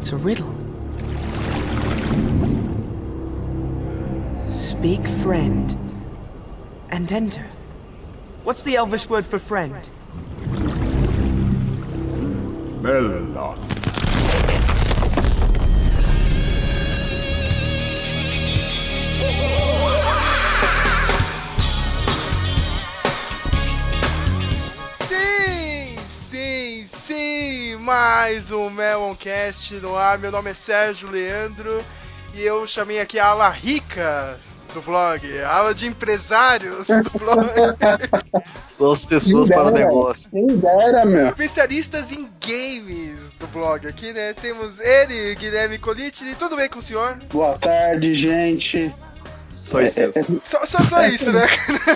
It's a riddle. Speak friend and enter. What's the Elvish word for friend? Melon. Sim, mais um Meloncast no ar. Meu nome é Sérgio Leandro e eu chamei aqui a ala rica do blog, a ala de empresários do blog. São as pessoas para o negócio. Quem dera, meu. Especialistas em games do blog aqui, né? Temos ele, Guilherme Colitini. Tudo bem com o senhor? Boa tarde, gente. Só isso mesmo. Só isso, né?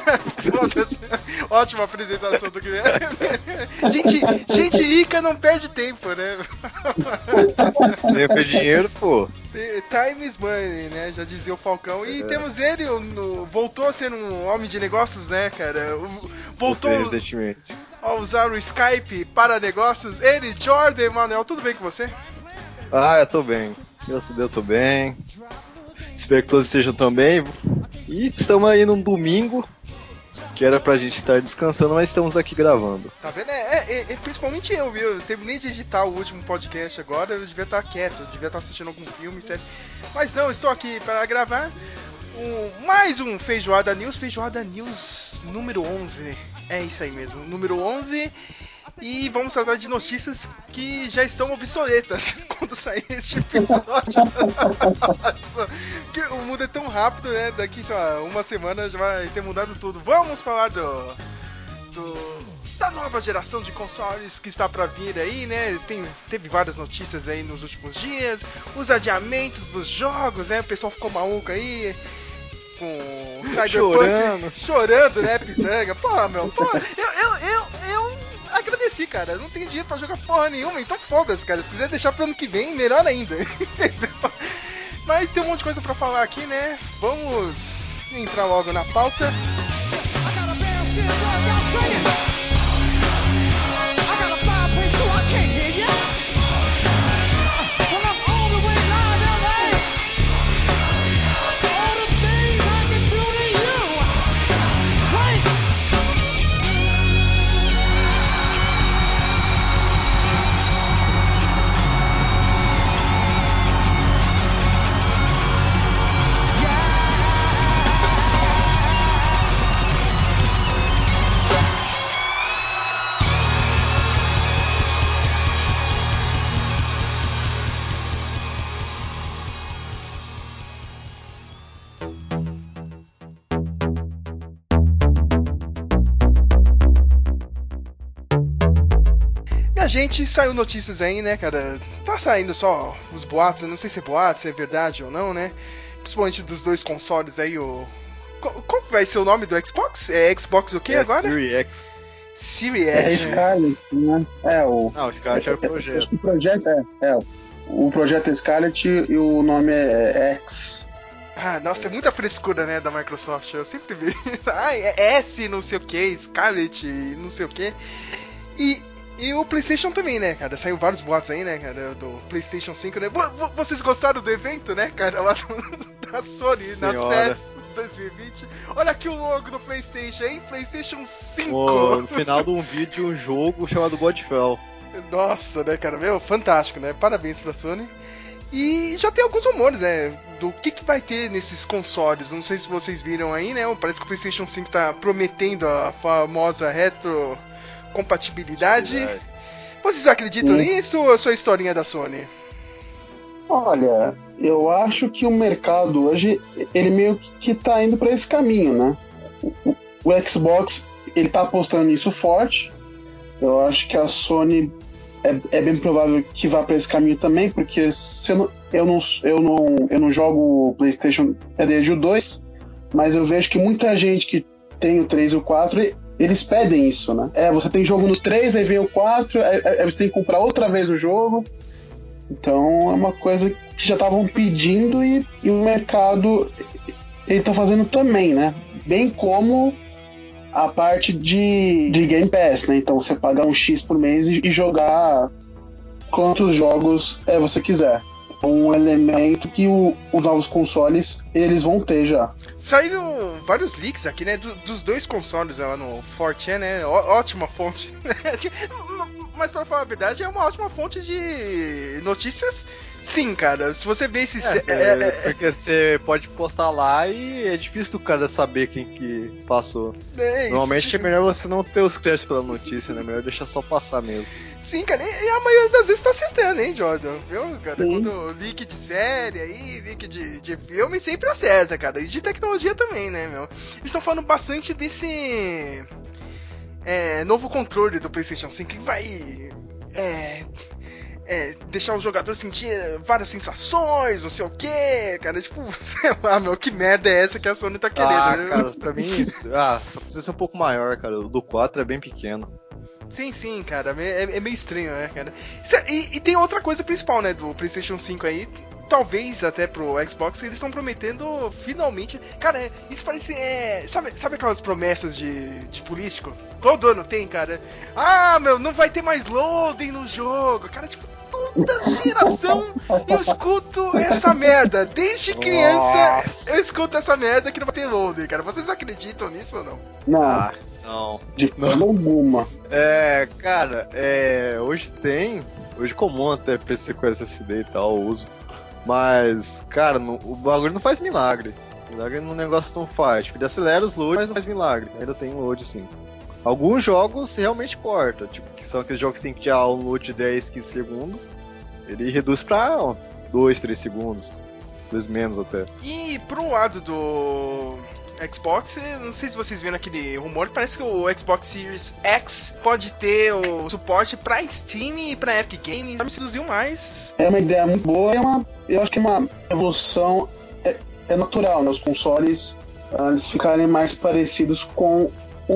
Ótima apresentação do Guilherme. Gente rica não perde tempo, né? Tempo é dinheiro, pô. Time is money, né? Já dizia o Falcão. E temos ele, voltou a ser um homem de negócios, né, cara? Voltou a usar o Skype para negócios. Ele, Jordan Emanuel, tudo bem com você? Ah, eu tô bem. Graças a Deus, tô bem. Espero que todos estejam também. E estamos aí num domingo, que era pra gente estar descansando, mas estamos aqui gravando. Tá vendo? Principalmente eu, viu? Eu terminei de editar o último podcast agora, eu devia estar quieto, eu devia estar assistindo algum filme, sério. Mas não, estou aqui para gravar mais um Feijoada News número 11. É isso aí mesmo, número 11. E vamos tratar de notícias que já estão obsoletas quando sair este episódio. Porque o mundo é tão rápido, né? Daqui, sei lá, uma semana já vai ter mudado tudo. Vamos falar da nova geração de consoles que está pra vir aí, né? Teve várias notícias aí nos últimos dias. Os adiamentos dos jogos, né? O pessoal ficou maluco aí com Cyberpunk chorando, né? Pitanga. Pô, meu, eu agradeci, cara. Eu não tenho dinheiro pra jogar porra nenhuma, então foda-se, cara. Se quiser deixar pro ano que vem, melhor ainda. Mas tem um monte de coisa pra falar aqui, né? Vamos entrar logo na pauta. Gente, saiu notícias aí, né, cara? Tá saindo só os boatos, eu não sei se é boato, se é verdade ou não, né? Principalmente dos dois consoles aí, Qual vai ser o nome do Xbox? É Xbox o quê agora? Series X. Series É X. Scarlet, né? Não, o Scarlet era o projeto. O projeto o projeto é Scarlet e o nome é X. Ah, nossa, é muita frescura, né, da Microsoft. Eu sempre vi isso. Ah, é S não sei o que, Scarlet não sei o que. E o PlayStation também, né, cara? Saiu vários boatos aí, né, cara, do PlayStation 5, né? Vocês gostaram do evento, né, cara, lá da Sony, Senhora. na CES 2020? Olha aqui o logo do PlayStation, hein? PlayStation 5! No final de um vídeo, um jogo chamado Godfall. Nossa, né, cara? Meu, fantástico, né? Parabéns pra Sony. E já tem alguns rumores, né, do que vai ter nesses consoles. Não sei se vocês viram aí, né? Parece que o PlayStation 5 tá prometendo a famosa retrocompatibilidade. Vocês acreditam nisso ou é só historinha da Sony? Olha, eu acho que o mercado hoje, ele meio que tá indo pra esse caminho, né? O Xbox, ele tá apostando nisso forte. Eu acho que a Sony é bem provável que vá pra esse caminho também, porque eu não jogo o PlayStation desde o 2, mas eu vejo que muita gente que tem o 3 e o 4, eles pedem isso, né? Você tem jogo no 3, aí vem o 4, aí você tem que comprar outra vez o jogo. Então é uma coisa que já estavam pedindo e o mercado ele tá fazendo também, né? Bem como a parte de Game Pass, né? Então você pagar um X por mês e jogar quantos jogos você quiser. Um elemento que os novos consoles eles vão ter já. Saíram vários leaks aqui, né? Dos dois consoles lá no 4chan, né? Ótima fonte. Mas pra falar a verdade, é uma ótima fonte de notícias. Sim, cara. Se você vê esses. Porque você pode postar lá e é difícil do cara saber quem que passou. Normalmente é melhor você não ter os créditos pela notícia, né? Melhor deixar só passar mesmo. Sim, cara, e a maioria das vezes tá acertando, hein, Jordan? Viu, cara? Quando leak de série aí, leak de filme, sempre acerta, cara. E de tecnologia também, né, meu? Eles estão falando bastante desse novo controle do PlayStation 5 que vai deixar o jogador sentir várias sensações, não sei o que, cara. Tipo, sei lá, meu, que merda é essa que a Sony tá querendo, né? Cara, pra mim, só precisa ser um pouco maior, cara. O do 4 é bem pequeno. Sim, cara, é meio estranho, né, cara? E tem outra coisa principal, né, do PlayStation 5 aí, talvez até pro Xbox, eles estão prometendo finalmente. Cara, isso parece. Sabe aquelas promessas de político? Todo ano tem, cara. Não vai ter mais loading no jogo. Cara, tipo, toda geração eu escuto essa merda. Desde criança eu escuto essa merda que não vai ter loading, cara. Vocês acreditam nisso ou não? Não. Não. De forma alguma. Cara, hoje tem. Hoje é comum até PC com SSD e tal, eu uso. Mas, cara, o bagulho não faz milagre. Milagre no negócio não faz. Tipo, ele acelera os loads, mas não faz milagre. Ainda tem load sim. Alguns jogos realmente corta. Tipo, que são aqueles jogos que tem que tirar um load de 10, 15 segundos. Ele reduz pra 2, 3 segundos. Às vezes menos até. E pro lado do Xbox, não sei se vocês viram aquele rumor, parece que o Xbox Series X pode ter o suporte pra Steam e pra Epic Games, vai me seduzir mais. É uma ideia muito boa, eu acho que é uma evolução natural, né? Os consoles eles ficarem mais parecidos com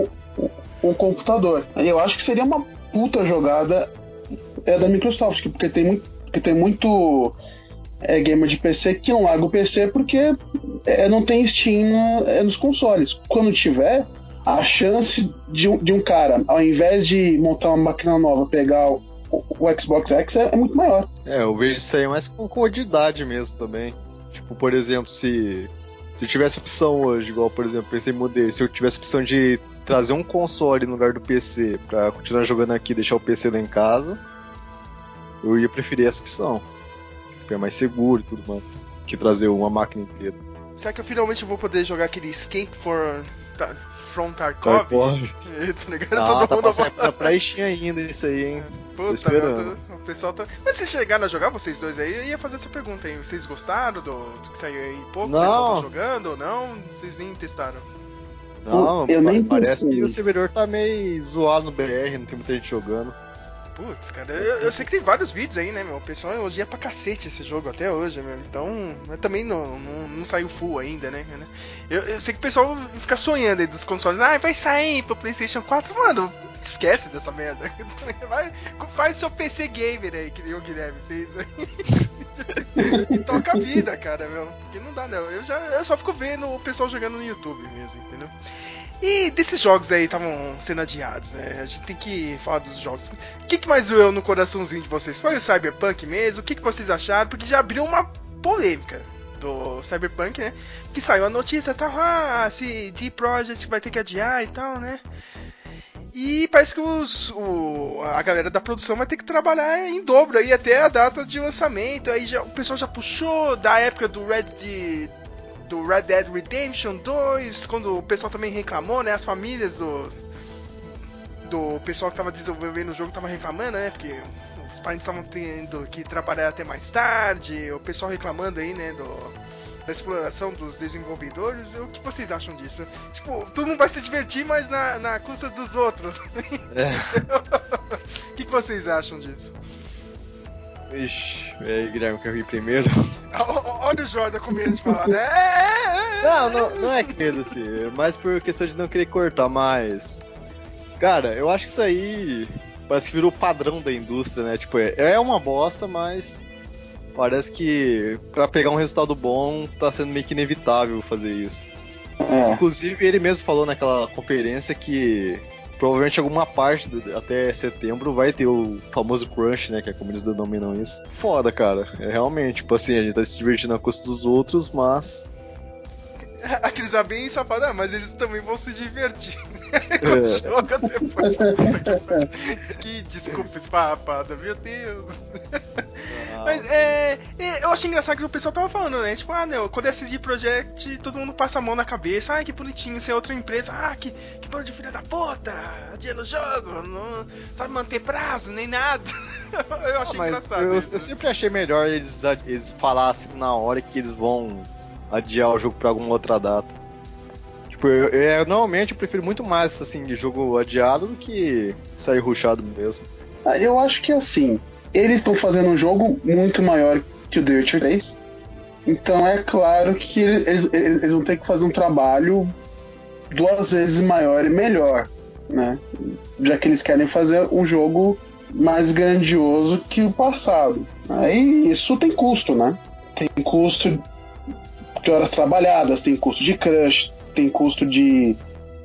o computador. Eu acho que seria uma puta jogada da Microsoft, porque tem muito gamer de PC que não larga o PC porque não tem Steam nos consoles. Quando tiver, a chance de um cara, ao invés de montar uma máquina nova, pegar o Xbox X é muito maior. Eu vejo isso aí mais com comodidade mesmo também. Tipo, por exemplo, se eu tivesse opção hoje, igual, por exemplo, pensei em mudei, se eu tivesse opção de trazer um console no lugar do PC pra continuar jogando aqui e deixar o PC lá em casa, eu ia preferir essa opção. Porque é mais seguro e tudo mais, que trazer uma máquina inteira. Será que eu finalmente vou poder jogar aquele Escape from Tarkov? Tá ligado? Tá passando pra Steam ainda isso aí, hein? Puta, tô esperando. O pessoal tá... Mas vocês chegaram a jogar, vocês dois aí? Eu ia fazer essa pergunta aí. Vocês gostaram do que saiu aí pouco? Não. O pessoal tá jogando ou não? Vocês nem testaram? Não, eu nem parece pensei. que o servidor tá meio zoado no BR, não tem muita gente jogando. Putz, cara, eu sei que tem vários vídeos aí, né, meu? O pessoal elogia pra cacete esse jogo até hoje, meu. Então, mas também não saiu full ainda, né? Eu sei que o pessoal fica sonhando aí dos consoles. Vai sair pro PlayStation 4. Mano, esquece dessa merda. Faz seu PC gamer aí, que nem o Guilherme fez aí. E toca a vida, cara, meu. Porque não dá, não. Eu só fico vendo o pessoal jogando no YouTube mesmo, entendeu? E desses jogos aí estavam sendo adiados, né? A gente tem que falar dos jogos. O que mais doeu no coraçãozinho de vocês? Foi o Cyberpunk mesmo? O que vocês acharam? Porque já abriu uma polêmica do Cyberpunk, né? Que saiu a notícia, tá? Se CD Projekt vai ter que adiar e tal, né? E parece que a galera da produção vai ter que trabalhar em dobro aí até a data de lançamento. Aí o pessoal já puxou da época do Red Dead Redemption 2, quando o pessoal também reclamou, né? As famílias do pessoal que tava desenvolvendo o jogo tava reclamando, né? Porque os parentes estavam tendo que trabalhar até mais tarde, o pessoal reclamando aí, né? Da exploração dos desenvolvedores. O que vocês acham disso? Tipo, todo mundo vai se divertir, mas na custa dos outros. O que vocês acham disso? Ixi, Guilherme, quer ir primeiro? Olha o Jordan com medo de falar, né? Não é que medo, assim, é mais por questão de não querer cortar, mas... Cara, eu acho que isso aí parece que virou o padrão da indústria, né? Tipo, é uma bosta, mas parece que pra pegar um resultado bom tá sendo meio que inevitável fazer isso. Inclusive, ele mesmo falou naquela conferência que provavelmente alguma parte até setembro vai ter o famoso crunch, né? Que é como eles denominam isso. Foda, cara. É realmente, tipo assim, a gente tá se divertindo à custa dos outros, mas... Aqueles bem safados, mas eles também vão se divertir. Joga depois. Que desculpa esfarrapada, meu Deus. Mas eu achei engraçado que o pessoal tava falando, né? Tipo, não, quando é CD Projekt, todo mundo passa a mão na cabeça. Ai, que bonitinho, ser outra empresa. Que bando de filha da puta, dia no jogo, não sabe manter prazo, nem nada. Eu achei engraçado. Eu sempre achei melhor eles falassem na hora que eles vão adiar o jogo pra alguma outra data. Tipo, normalmente eu prefiro muito mais assim de jogo adiado do que sair rushado mesmo. Eu acho que assim, eles estão fazendo um jogo muito maior que o The Witcher 3. Então é claro que eles vão ter que fazer um trabalho 2 vezes maior e melhor, né? Já que eles querem fazer um jogo mais grandioso que o passado. Aí isso tem custo, né? Tem custo de horas trabalhadas, tem custo de crunch, tem custo de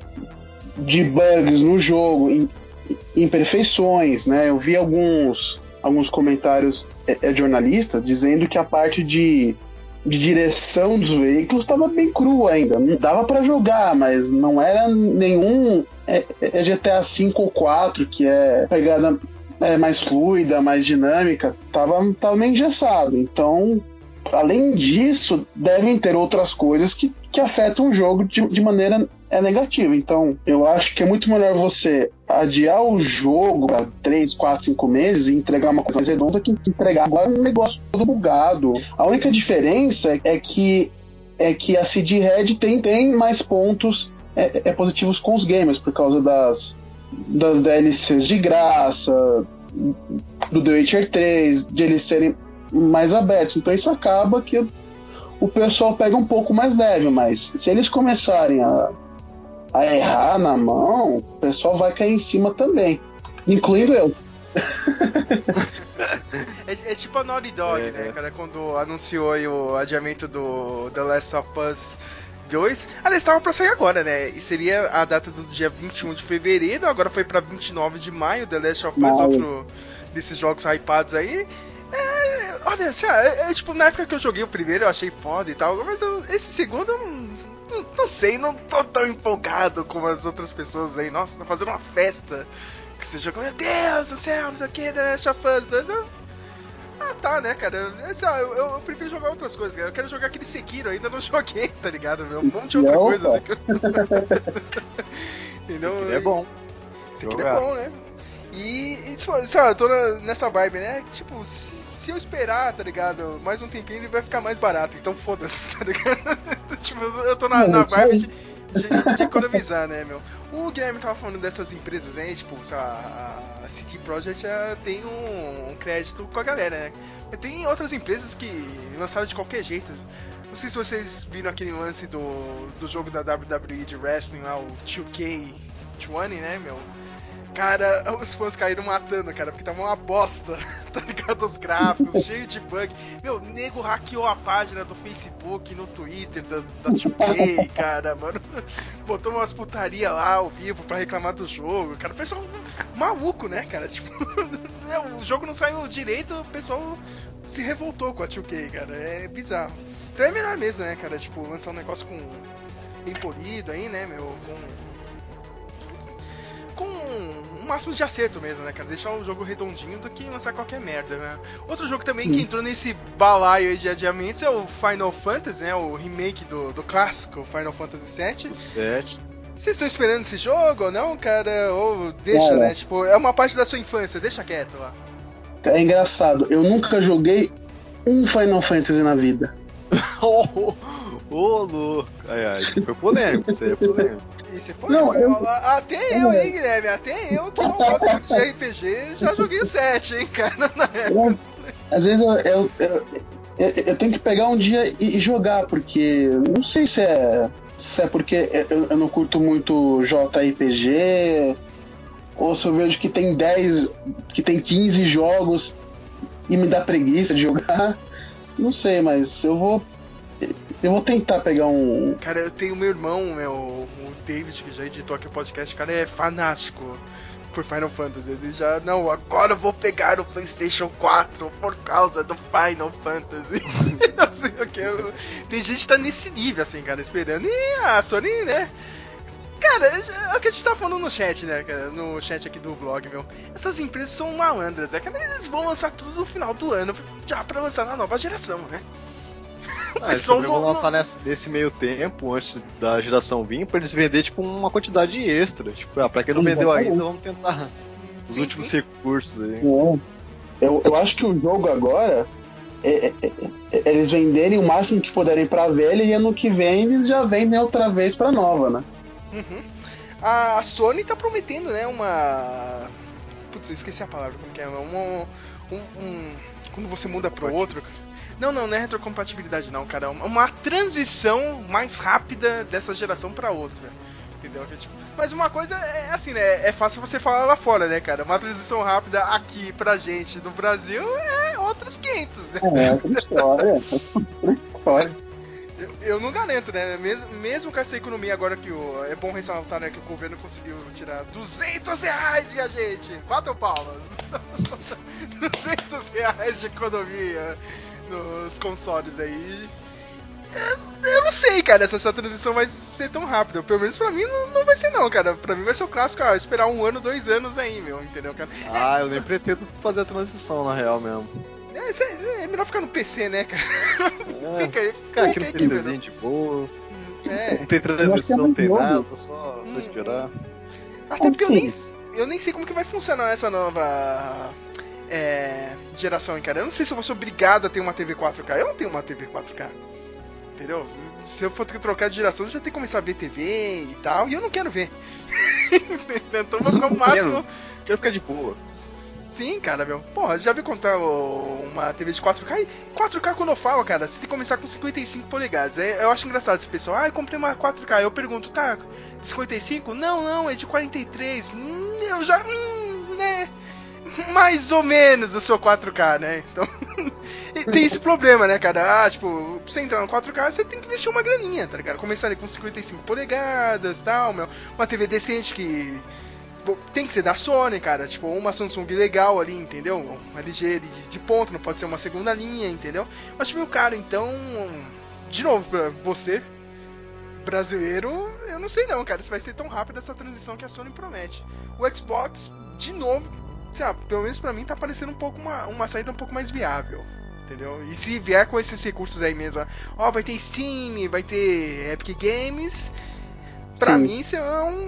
bugs no jogo, imperfeições, né? Eu vi alguns comentários jornalistas dizendo que a parte de direção dos veículos estava bem crua ainda. Não dava para jogar, mas não era nenhum GTA V ou 4, que é pegada mais fluida, mais dinâmica. Tava meio engessado. Então, além disso, devem ter outras coisas que afetam o jogo de maneira negativa. Então, eu acho que é muito melhor você adiar o jogo para 3, 4, 5 meses e entregar uma coisa mais redonda que entregar agora um negócio todo bugado. A única diferença é que a CD Red tem mais pontos positivos com os gamers, por causa das DLCs de graça, do The Witcher 3, de eles serem mais abertos. Então isso acaba que o pessoal pega um pouco mais leve, mas se eles começarem a errar na mão, o pessoal vai cair em cima também, incluindo eu. É tipo a Naughty Dog, né, cara, quando anunciou aí o adiamento do The Last of Us 2, aliás, estava pra sair agora, né, e seria a data do dia 21 de fevereiro, agora foi pra 29 de maio, The Last of Us, outro desses jogos hypados aí. Olha, assim, tipo, na época que eu joguei o primeiro eu achei foda e tal, mas esse segundo eu não sei, não tô tão empolgado como as outras pessoas aí. Nossa, tá fazendo uma festa que você jogou, meu Deus do céu, não sei o que, The Last of Us 2. Tá, né, cara, eu prefiro jogar outras coisas, cara. Eu quero jogar aquele Sekiro, ainda não joguei, tá ligado, meu? Um monte de outra coisa assim. Entendeu? Sekiro é bom. Sekiro é bom, né? E tipo, sabe, eu tô nessa vibe, né? Tipo, se eu esperar, tá ligado, mais um tempinho ele vai ficar mais barato, então foda-se, tá ligado? Tipo, eu tô na vibe de economizar, né, meu? O Guilherme tava falando dessas empresas, né? Tipo, a CD Projekt já tem um crédito com a galera, né? Mas tem outras empresas que lançaram de qualquer jeito. Não sei se vocês viram aquele lance do jogo da WWE de Wrestling lá, o 2K20, né, meu? Cara, os fãs caíram matando, cara, porque tava uma bosta, tá ligado? Os gráficos, cheio de bug. Meu, nego hackeou a página do Facebook, no Twitter, da 2K, cara, mano. Botou umas putaria lá ao vivo pra reclamar do jogo, cara. O pessoal maluco, né, cara? Tipo, o jogo não saiu direito, o pessoal se revoltou com a 2K, cara. É bizarro. Então é melhor mesmo, né, cara? Tipo, lançar um negócio bem polido aí, né, meu? Com um máximo de acerto mesmo, né, cara? Deixar o jogo redondinho do que lançar qualquer merda, né? Outro jogo também que entrou nesse balaio de adiamentos é o Final Fantasy, né? O remake do clássico Final Fantasy VII. Vocês estão esperando esse jogo ou não, cara? Ou deixa, né? Tipo, é uma parte da sua infância, deixa quieto lá. É engraçado, eu nunca joguei um Final Fantasy na vida. Louco. Isso foi polêmico, isso aí é polêmico. Isso é polêmico. Até eu, hein, Guilherme? Até eu que não gosto muito de RPG, já joguei o 7, hein, cara, na época. Às vezes eu tenho que pegar um dia e jogar, porque não sei se é porque eu não curto muito JRPG, ou se eu vejo que tem 15 jogos e me dá preguiça de jogar. Não sei, mas eu vou Eu vou tentar pegar um. Cara, eu tenho meu irmão, o David, que já editou aqui o podcast, cara, é fanático por Final Fantasy. Ele já, não, agora eu vou pegar o PlayStation 4 por causa do Final Fantasy. Não sei o que. Tem gente que tá nesse nível, assim, cara, esperando. E a Sony, né? Cara, é o que a gente tá falando no chat, né, cara? No chat aqui do blog, meu. Essas empresas são malandras, né, cara? Eles vão lançar tudo no final do ano, já pra lançar na nova geração, né? Eles também vão lançar nesse meio tempo, antes da geração vir, pra eles vender, tipo, uma quantidade extra. Tipo, pra quem não vendeu ainda, vamos tentar os últimos recursos aí. Eu acho que o jogo agora eles venderem o máximo que puderem pra velha e ano que vem eles já vendem outra vez pra nova, né? Uhum. A Sony tá prometendo, né, uma... Putz, eu esqueci a palavra, como que é? Quando você muda pro outro... Não é retrocompatibilidade não, cara. Uma transição mais rápida dessa geração pra outra. Entendeu? Mas uma coisa é assim, né? É fácil você falar lá fora, né, cara? Uma transição rápida aqui pra gente no Brasil é outros 500, né? É outra história. Eu não garanto, né? Mesmo com essa economia agora que é bom ressaltar, né, que o governo conseguiu tirar R$200, minha gente! Batam palmas! R$200 de economia nos consoles aí. Eu não sei, cara, se essa transição vai ser tão rápida. Pelo menos pra mim não vai ser não, cara. Pra mim vai ser o clássico, esperar 1 ano, 2 anos aí, meu, entendeu, cara? Eu nem pretendo fazer a transição, na real mesmo. É melhor ficar no PC, né, cara? Fica aqui no PCzinho de boa. Não tem transição, não tem nada, só esperar. Até porque eu nem sei como que vai funcionar essa nova geração, cara. Eu não sei se eu vou ser obrigado a ter uma TV 4K. Eu não tenho uma TV 4K. Entendeu? Se eu for ter que trocar de geração, eu já tenho que começar a ver TV e tal. E eu não quero ver. Então vou ficar o máximo. Quero ficar de boa. Sim, cara, meu. Porra, já viu contar uma TV de 4K? E 4K quando eu falo, cara, você tem que começar com 55 polegadas. Eu acho engraçado esse pessoal. Eu comprei uma 4K. Eu pergunto, tá, de 55? Não, é de 43. Eu já, né? Mais ou menos o seu 4K, né? Então, tem esse problema, né, cara? Tipo, pra você entrar no 4K, você tem que investir uma graninha, tá ligado? Começar ali com 55 polegadas e tal, meu. Uma TV decente que tem que ser da Sony, cara. Tipo, uma Samsung legal ali, entendeu? Uma LG de ponto, não pode ser uma segunda linha, entendeu? Acho meio caro, então... De novo, pra você, brasileiro, eu não sei não, cara. Se vai ser tão rápido essa transição que a Sony promete. O Xbox, de novo... pelo menos pra mim tá parecendo um pouco uma saída um pouco mais viável, entendeu? E se vier com esses recursos aí mesmo, vai ter Steam, vai ter Epic Games, pra mim isso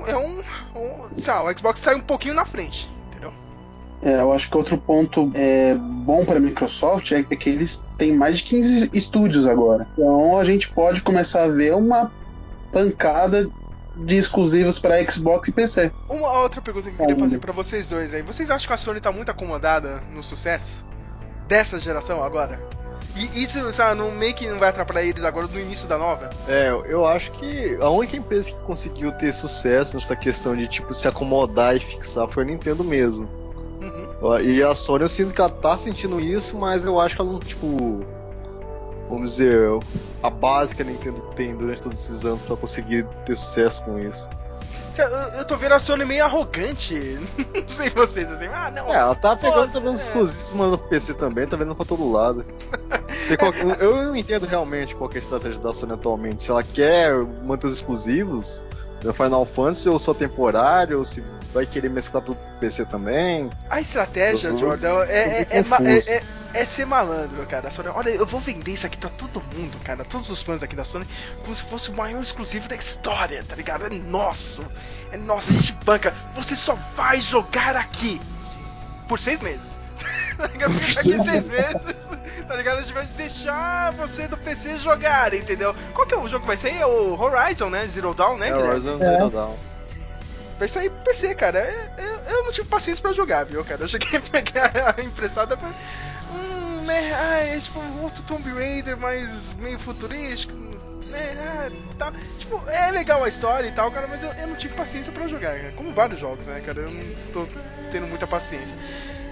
o Xbox sai um pouquinho na frente, entendeu? Eu acho que outro ponto bom pra Microsoft é que eles têm mais de 15 estúdios agora. Então a gente pode começar a ver uma pancada de exclusivos para Xbox e PC. Uma outra pergunta que eu queria fazer para vocês dois aí. Vocês acham que a Sony tá muito acomodada no sucesso dessa geração agora? E isso, sabe, meio que não vai atrapalhar eles agora no início da nova? Eu acho que a única empresa que conseguiu ter sucesso nessa questão de, tipo, se acomodar e fixar foi a Nintendo mesmo. Uhum. E a Sony, eu sinto que ela tá sentindo isso, mas eu acho que ela não, tipo... Vamos dizer, a base que a Nintendo tem durante todos esses anos pra conseguir ter sucesso com isso. Eu tô vendo a Sony meio arrogante. Não sei vocês, assim, não. Ela tá pegando também os exclusivos, mandando pro PC também, tá vendo pra todo lado. Eu não entendo realmente qual que é a estratégia da Sony atualmente. Se ela quer manter os exclusivos do Final Fantasy ou só temporário, ou se vai querer mesclar tudo pro PC também. A estratégia, Jordan, é ser malandro, cara. A Sony, olha, eu vou vender isso aqui pra todo mundo, cara. Todos os fãs aqui da Sony, como se fosse o maior exclusivo da história, tá ligado? É nosso, a gente banca. Você só vai jogar aqui por 6 meses. Tá ligado? Aqui 6 meses, tá ligado? A gente vai deixar você do PC jogar, entendeu? Qual que é o jogo que vai sair? É o Horizon, né? Zero Dawn, né? Horizon Zero Dawn. Vai sair pro PC, cara. Eu não tive paciência pra jogar, viu, cara? Eu cheguei a pegar a emprestada pra... é tipo um outro Tomb Raider, mas meio futurístico, né? Tá. Tipo, é legal a história e tal, cara, mas eu não tive paciência pra jogar, cara. Como vários jogos, né, cara? Eu não tô tendo muita paciência.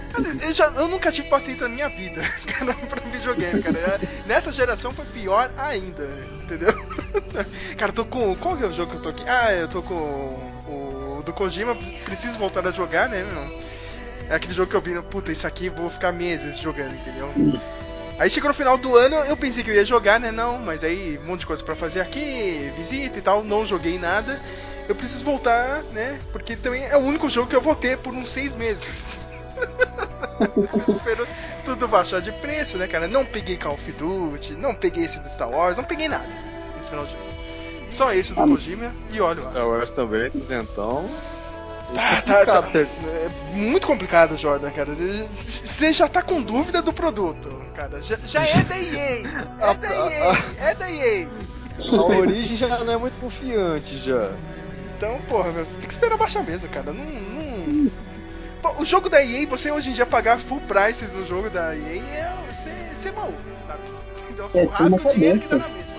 Cara, eu nunca tive paciência na minha vida, cara, pra videogame, cara. Nessa geração foi pior ainda, entendeu? Cara, eu tô com... Qual é o jogo que eu tô aqui? Ah, eu tô com o do Kojima, preciso voltar a jogar, né, meu? É aquele jogo que eu vi, puta, isso aqui vou ficar meses jogando, entendeu? Aí chegou no final do ano, eu pensei que eu ia jogar, né, não, mas aí um monte de coisa pra fazer aqui, visita e tal, não joguei nada. Eu preciso voltar, né, porque também é o único jogo que eu vou ter por uns 6 meses. Espero tudo baixar de preço, né, cara? Não peguei Call of Duty, não peguei esse do Star Wars, não peguei nada nesse final de ano. Só esse do Kojima e olha lá. Star Wars também, duzentão. Tá. É muito complicado, Jordan, cara. Você já tá com dúvida do produto, cara. Já é da EA. É da EA. A origem já não é muito confiante, já. Então, porra, você tem que esperar baixar mesmo, cara. Não... Pô, o jogo da EA, você hoje em dia pagar full price do jogo da EA é ser maluco, sabe? Então, rasga o dinheiro que dá na mesma.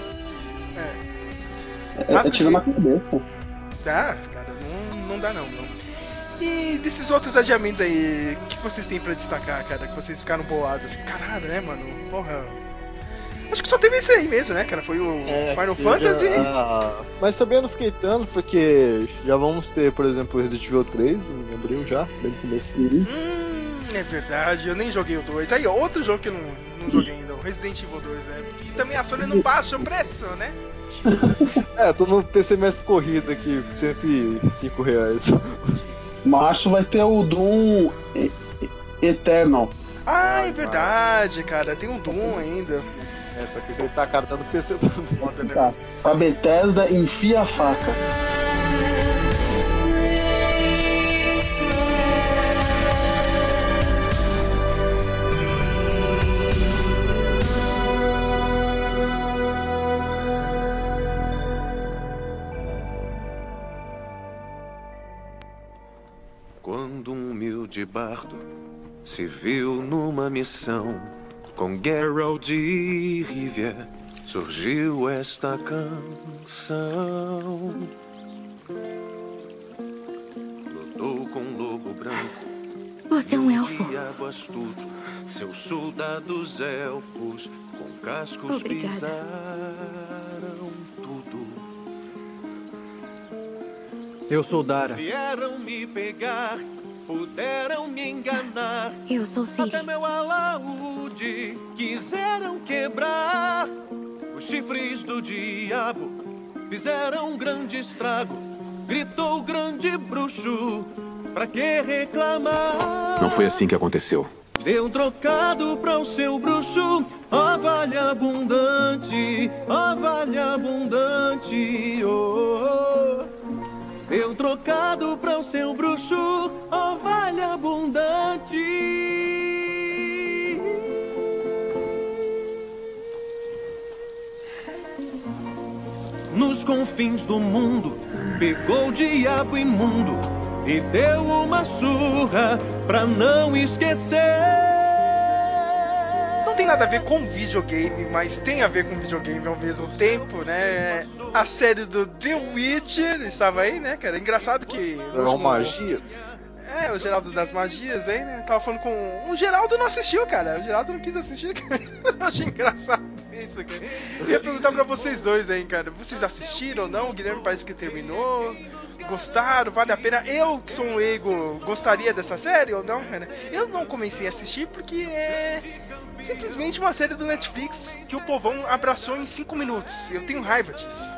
É tiro na cabeça. Tá, cara, não dá não. E desses outros adiamentos aí, o que vocês têm pra destacar, cara? Que vocês ficaram boados assim, caralho, né, mano? Porra. Acho que só teve esse aí mesmo, né, cara? Foi o Final Fantasy. Mas também eu não fiquei tanto, porque já vamos ter, por exemplo, Resident Evil 3 em abril já, bem no começo. É verdade, eu nem joguei o 2. Aí, ó, outro jogo que eu não joguei ainda, o Resident Evil 2, né? E também a Sony não baixa o preço, né? Tô no PC mais corrido aqui, R$105. Março vai ter o Doom Eternal. Ah, é verdade, cara. Tem um Doom ainda. Só que esse aí tá caro, tá no PC do mundo. Tá. A Bethesda enfia a faca. Quando um humilde bardo se viu numa missão com Geralt de Rivia, surgiu esta canção. Lutou com um lobo branco. Você é um elfo. Diabo astuto, seus soldados elfos com cascos Obrigada. pisaram tudo. Eu sou Dara. Vieram me pegar, puderam me enganar. Eu sou Ciri. Até meu alaúde quiseram quebrar. Os chifres do diabo fizeram um grande estrago. Gritou o grande bruxo, pra que reclamar? Não foi assim que aconteceu. Deu um trocado para o seu bruxo, ó vale abundante, ó vale abundante, oh. Deu um trocado para o seu bruxo, ó vale abundante. Nos confins do mundo, pegou o diabo imundo e deu uma surra pra não esquecer. Não tem nada a ver com videogame, mas tem a ver com videogame ao mesmo tempo, né? A série do The Witcher estava aí, né, cara? Engraçado que... Não, magias. O Geraldo das Magias aí, né? Tava falando com... O Geraldo não assistiu, cara. O Geraldo não quis assistir, cara. Eu achei engraçado isso, cara. Eu ia perguntar pra vocês dois aí, cara. Vocês assistiram ou não? O Guilherme parece que terminou. Gostaram? Vale a pena? Eu, que sou um leigo, gostaria dessa série ou não, cara? Eu não comecei a assistir porque é... simplesmente uma série do Netflix que o povão abraçou em 5 minutos. Eu tenho raiva disso.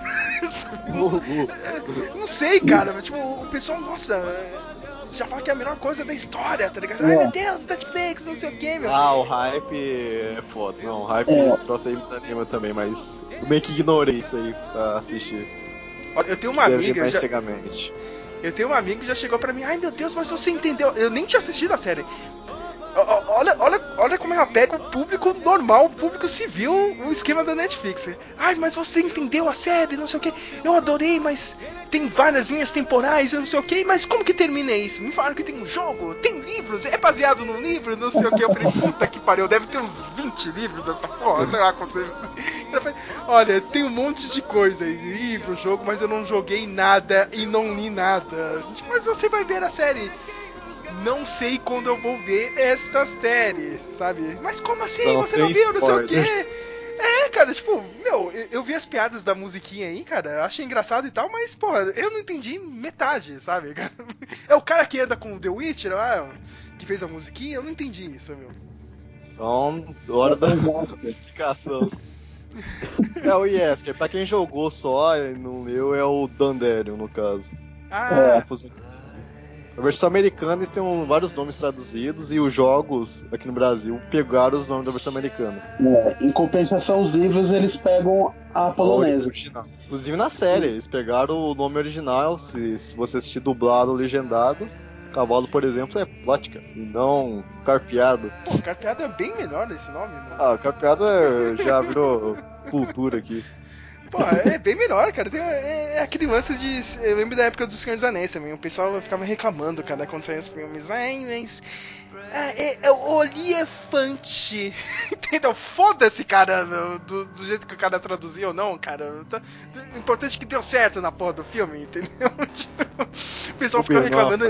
Não sei, cara. Mas, tipo, o pessoal, nossa... já fala que é a melhor coisa da história, tá ligado? Ai meu Deus, Netflix, não sei o que, meu. O hype é foda. Não, o hype desse troço aí me anima também, mas eu meio que ignorei isso aí pra assistir. Olha, eu tenho uma amiga. Mais cegamente. Eu tenho uma amiga que já chegou pra mim, ai meu Deus, mas você entendeu? Eu nem tinha assistido a série. Olha como ela pega o público normal, o público civil, o esquema da Netflix. Ai, mas você entendeu a série, não sei o que. Eu adorei, mas tem várias linhas temporais, eu não sei o que. Mas como que termina isso? Me falaram que tem um jogo, tem livros, é baseado num livro, não sei o que. Eu falei, puta que pariu, deve ter uns 20 livros essa porra, sei lá quantos livros. Olha, tem um monte de coisa aí, livro, jogo, mas eu não joguei nada e não li nada. Mas você vai ver a série não sei quando eu vou ver esta série, sabe? Mas como assim? Não, Você não sem viu, não sei o spoilers. quê. É, cara, tipo, meu, eu vi as piadas da musiquinha aí, cara, achei engraçado e tal, mas, porra, eu não entendi metade, sabe? Cara? É o cara que anda com o The Witcher lá, que fez a musiquinha, eu não entendi isso, meu. Então, hora da explicação. É o Yesker, pra quem jogou só e não leu, é o Dandelion, no caso. Ah, A versão americana eles têm vários nomes traduzidos e os jogos aqui no Brasil pegaram os nomes da versão americana. Em compensação, os livros eles pegam a polonesa. Original. Inclusive na série, eles pegaram o nome original. Se você assistir dublado ou legendado, cavalo, por exemplo, é Plotka e não Carpeado. pô, Carpeado é bem melhor esse nome, mano. Ah, Carpeado já virou cultura aqui. Pô, é bem melhor, cara. É aquele lance de. Eu lembro da época do Senhor dos Anéis também. O pessoal ficava reclamando, cara, quando saíam os filmes. Ai, mas. É o Olifante. Entendeu? Foda-se, cara, meu, do jeito que o cara traduziu ou não, cara. O importante é que deu certo na porra do filme, entendeu? O pessoal ficava reclamando.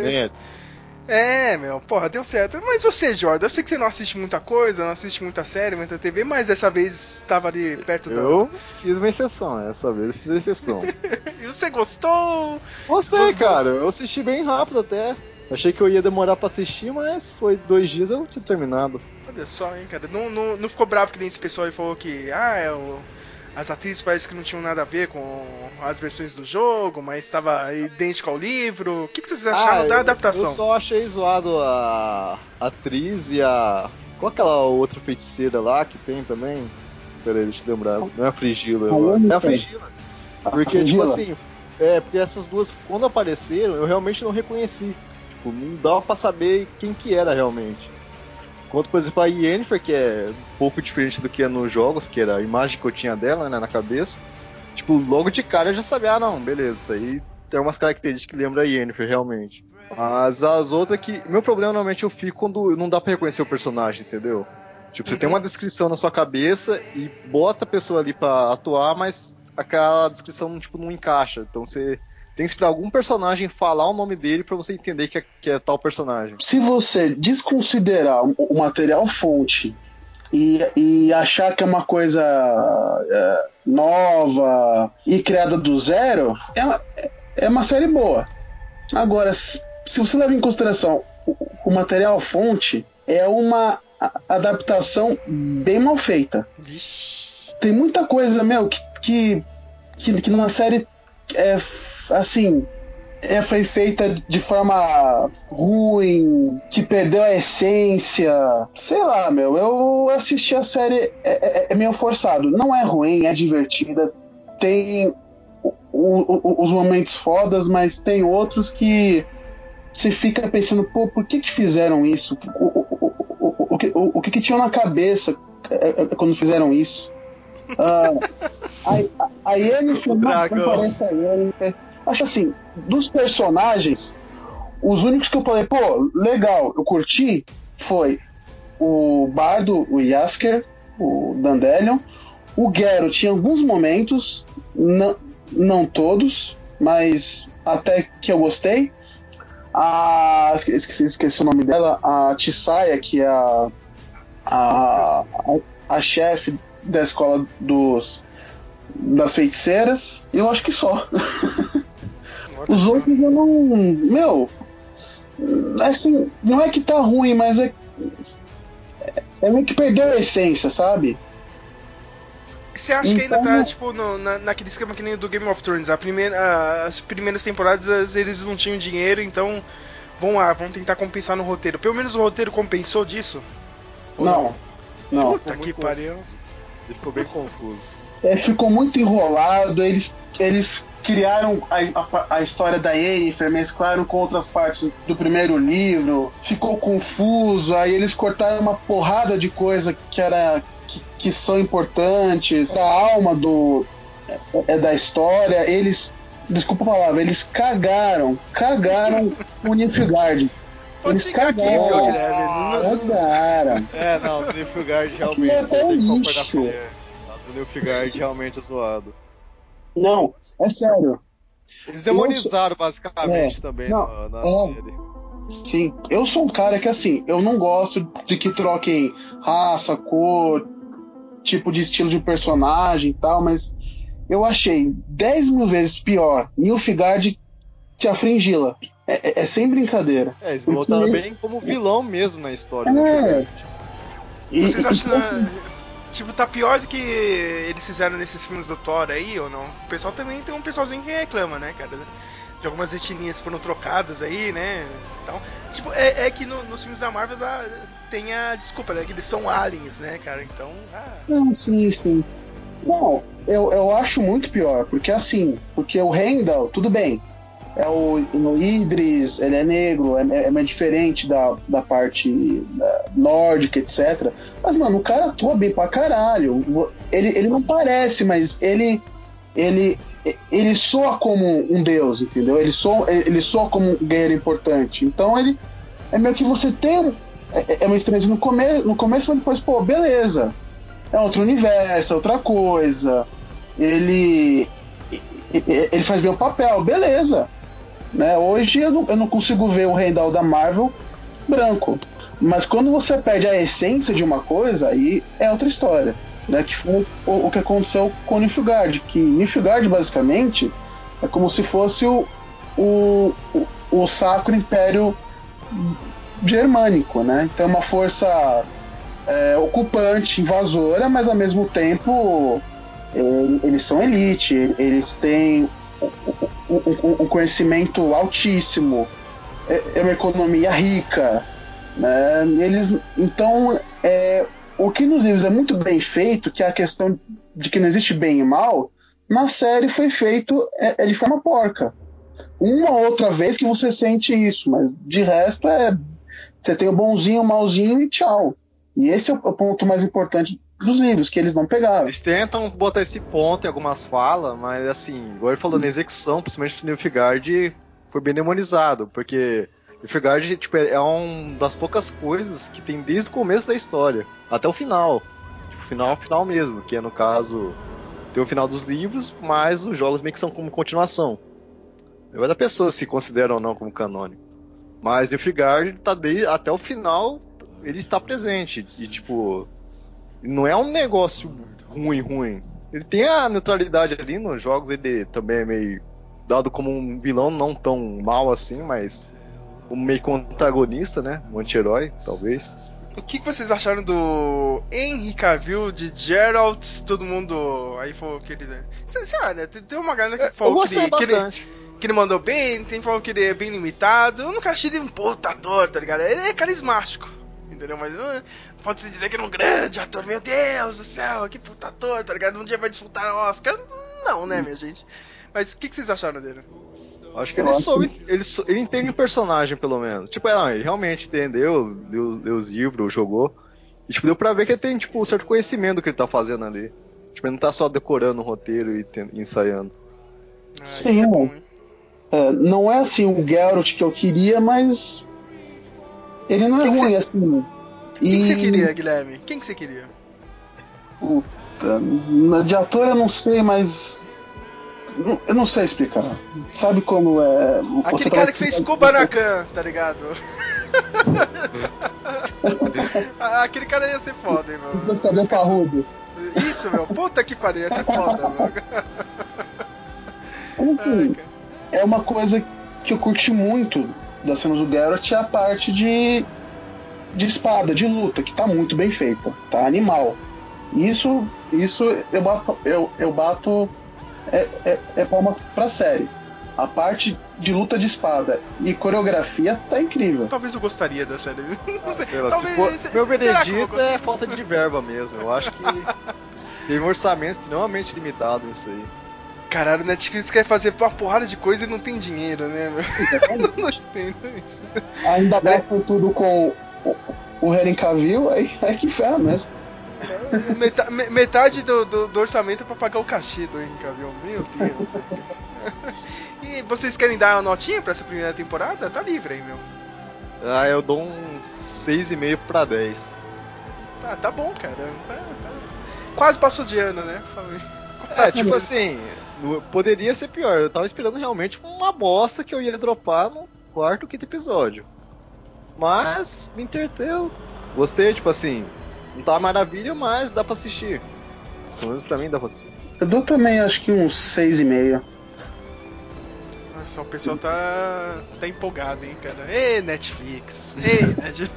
Meu, porra, deu certo. Mas você, Jordan, eu sei que você não assiste muita coisa, não assiste muita série, muita TV, mas dessa vez estava ali perto da. Eu fiz uma exceção, essa vez eu fiz a exceção. E você gostou? Gostei, cara, eu assisti bem rápido até. Achei que eu ia demorar pra assistir, mas foi 2 dias eu tinha terminado. Olha só, hein, cara. Não ficou bravo que nem esse pessoal aí falou que. As atrizes parece que não tinham nada a ver com as versões do jogo, mas estava idêntico ao livro. O que vocês acharam da adaptação? Eu só achei zoado a atriz e a... Qual aquela outra feiticeira lá que tem também? Peraí, deixa eu lembrar. Não é a Frigila. É a Frigila. Porque, tipo assim... porque essas duas, quando apareceram, eu realmente não reconheci. Tipo, não dava pra saber quem que era realmente. Enquanto, por exemplo, a Yennefer, que é um pouco diferente do que é nos jogos, que era a imagem que eu tinha dela, né, na cabeça. Tipo, logo de cara eu já sabia, não, beleza, isso aí tem umas características que lembram a Yennefer, realmente. Mas as outras que... Meu problema, normalmente, eu fico quando não dá pra reconhecer o personagem, entendeu? Tipo, você tem uma descrição na sua cabeça e bota a pessoa ali pra atuar, mas aquela descrição, tipo, não encaixa. Então você... Tem que esperar algum personagem falar o nome dele pra você entender que é tal personagem. Se você desconsiderar o material fonte e achar que é uma coisa nova e criada do zero, é uma série boa. Agora, se você leva em consideração o material fonte, é uma adaptação bem mal feita. Tem muita coisa, meu, que numa série foi feita de forma ruim, que perdeu a essência. Sei lá, meu, eu assisti a série, é meio forçado. Não é ruim, é divertida. Tem os momentos fodas, mas tem outros que você fica pensando, pô, por que fizeram isso? O que tinham na cabeça quando fizeram isso? A Yennefer não parece a Yennefer. Acho assim, dos personagens, os únicos que eu falei, pô, legal, eu curti, foi o Bardo, o Jaskier, o Dandelion. O Geralt tinha alguns momentos, não todos, mas até que eu gostei. Esqueci o nome dela, a Tissaia, que é a chefe da escola das feiticeiras. Eu acho que só. Os outros eu não... Meu, assim, não é que tá ruim, mas é meio que perdeu a essência, sabe? Você acha que ainda tá, tipo, naquele esquema que nem o do Game of Thrones? As primeiras temporadas eles não tinham dinheiro, então vão tentar compensar no roteiro. Pelo menos o roteiro compensou disso? Não. Puta que pariu. Ele ficou bem confuso. Ficou muito enrolado, eles criaram a história da Yennefer, mesclaram com outras partes do primeiro livro, ficou confuso, aí eles cortaram uma porrada de coisa que são importantes, a alma da história. Eles, desculpa a palavra, eles cagaram o Nilfgaard. Eles cagaram. Não, o Nilfgaard realmente, você tem que concordar com ele. O Nilfgaard realmente é zoado. Não, é sério. Eles demonizaram basicamente também na série. Sim, eu sou um cara que, assim, eu não gosto de que troquem raça, cor, tipo de estilo de personagem e tal, mas eu achei 10 mil vezes pior Nilfgaard que a Fringilla. É sem brincadeira. Eles botaram bem como vilão mesmo na história, né? Vocês acham tipo, tá pior do que eles fizeram nesses filmes do Thor aí, ou não? O pessoal também tem um pessoalzinho que reclama, né, cara? De algumas etnias foram trocadas aí, né? Então, tipo, é que nos filmes da Marvel tem a desculpa, né? Que eles são aliens, né, cara? Então. Não, sim. Não, eu acho muito pior, porque assim, porque o Heimdall, tudo bem, no Idris, ele é negro, é mais diferente da parte nórdica, etc. Mas, mano, o cara atua bem pra caralho. Ele não parece, mas ele soa como um deus, entendeu? Ele soa como um guerreiro importante. Então ele é meio que você tem uma estranheza no começo, mas depois, pô, beleza. É outro universo, é outra coisa. Ele faz bem o papel, beleza. Né? Hoje eu não consigo ver o Heimdall da Marvel branco. Mas quando você perde a essência de uma coisa, aí é outra história. Né? Que foi o que aconteceu com o Nilfgaard. Que Nilfgaard, basicamente, é como se fosse o Sacro Império Germânico. Né? Então é uma força ocupante, invasora, mas ao mesmo tempo eles são elite, eles têm um conhecimento altíssimo, é uma economia rica, né? Então, o que nos livros é muito bem feito, que é a questão de que não existe bem e mal, na série foi feito de forma porca. Uma outra vez que você sente isso, mas de resto você tem o bonzinho, o malzinho e tchau. E esse é o ponto mais importante dos livros, que eles não pegaram. Eles tentam botar esse ponto em algumas falas, mas assim, igual ele falou, na execução, principalmente do Nilfgaard, foi bem demonizado, porque Nilfgaard, tipo, é uma das poucas coisas que tem desde o começo da história, até o final. Tipo, final mesmo, que é, no caso, tem o final dos livros, mas os jogos meio que são como continuação. Vai da pessoa se considera ou não como canônico. Mas Nilfgaard tá até o final, ele está presente, e tipo, não é um negócio ruim. Ele tem a neutralidade ali nos jogos, ele também é meio dado como um vilão não tão mal assim, mas um meio contagonista, né? Um anti-herói, talvez. O que vocês acharam do Henry Cavill, de Geralt, todo mundo aí falou que ele... Sei lá, né? Tem uma galera que falou que ele mandou bem, tem que falou que ele é bem limitado. Eu nunca achei ele um puta ator, tá ligado? Ele é carismático, entendeu? Mas pode-se dizer que ele é um grande ator, meu Deus do céu, que puta ator, tá ligado? Um dia vai disputar Oscar. Não, né, minha gente? Mas o que vocês acharam dele? Acho que ele entende o personagem, pelo menos. Tipo, ele realmente entendeu, deu os livros, jogou. E tipo, deu pra ver que ele tem, tipo, um certo conhecimento do que ele tá fazendo ali. Tipo, ele não tá só decorando o roteiro e ensaiando. Sim, é bom. Não é assim o Geralt que eu queria, mas ele não é ruim, assim. Quem que você queria, Guilherme? Quem que você queria? Puta, de ator eu não sei, mas eu não sei explicar. Sabe como é... Aquele cara que fez Kubanacan, tá ligado? Aquele cara ia ser foda, hein, mano. Os cabelos parrudo. Isso, meu. Puta que pariu, ia ser foda, mano. Enfim, é uma coisa que eu curti muito das cenas do Geralt, é a parte de espada, de luta, que tá muito bem feita, tá animal. Isso eu bato palmas pra série. A parte de luta de espada e coreografia tá incrível. Talvez eu gostaria da série. Não sei. Sei lá, meu veredito é falta de verba mesmo. Eu acho que teve um orçamento extremamente limitado nisso aí. Caralho, o Netflix quer fazer uma porrada de coisa e não tem dinheiro, né, meu? Não entendo isso. Ainda gastam tudo com o Henry Cavill, aí que ferra mesmo. Metade do orçamento é pra pagar o cachê do Henry Cavill. Meu Deus. E vocês querem dar uma notinha pra essa primeira temporada? Tá livre aí, meu. Eu dou um 6,5 pra 10. Tá bom, cara. Quase passou de ano, né? Tipo assim, poderia ser pior. Eu tava esperando realmente uma bosta que eu ia dropar no quarto ou quinto episódio. Mas me entreteu. Gostei, tipo assim, não tá maravilha, mas dá pra assistir. Pelo menos pra mim dá pra assistir. Eu dou também, acho que uns 6,5. Só o pessoal tá empolgado, hein, cara. Ê, Netflix. Ei, Netflix.